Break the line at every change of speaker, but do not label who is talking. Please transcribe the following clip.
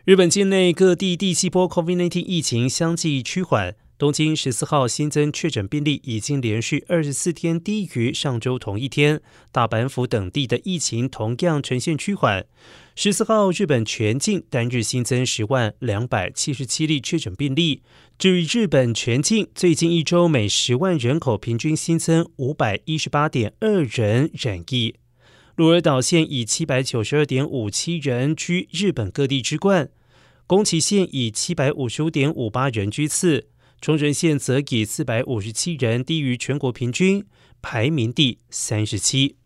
日本境内各地第7波 COVID-19 疫情相继趋缓，东京14号新增确诊病例已经连续24天低于上周同一天，大阪府等地的疫情同样呈现趋缓。14号日本全境单日新增10.277例确诊病例，至于日本全境最近一周每10万人口平均新增518.2人染疫。鹿儿岛县以792.57人居日本各地之冠，宫崎县以755.58人居次，冲绳县则以457人低于全国平均，排名第37。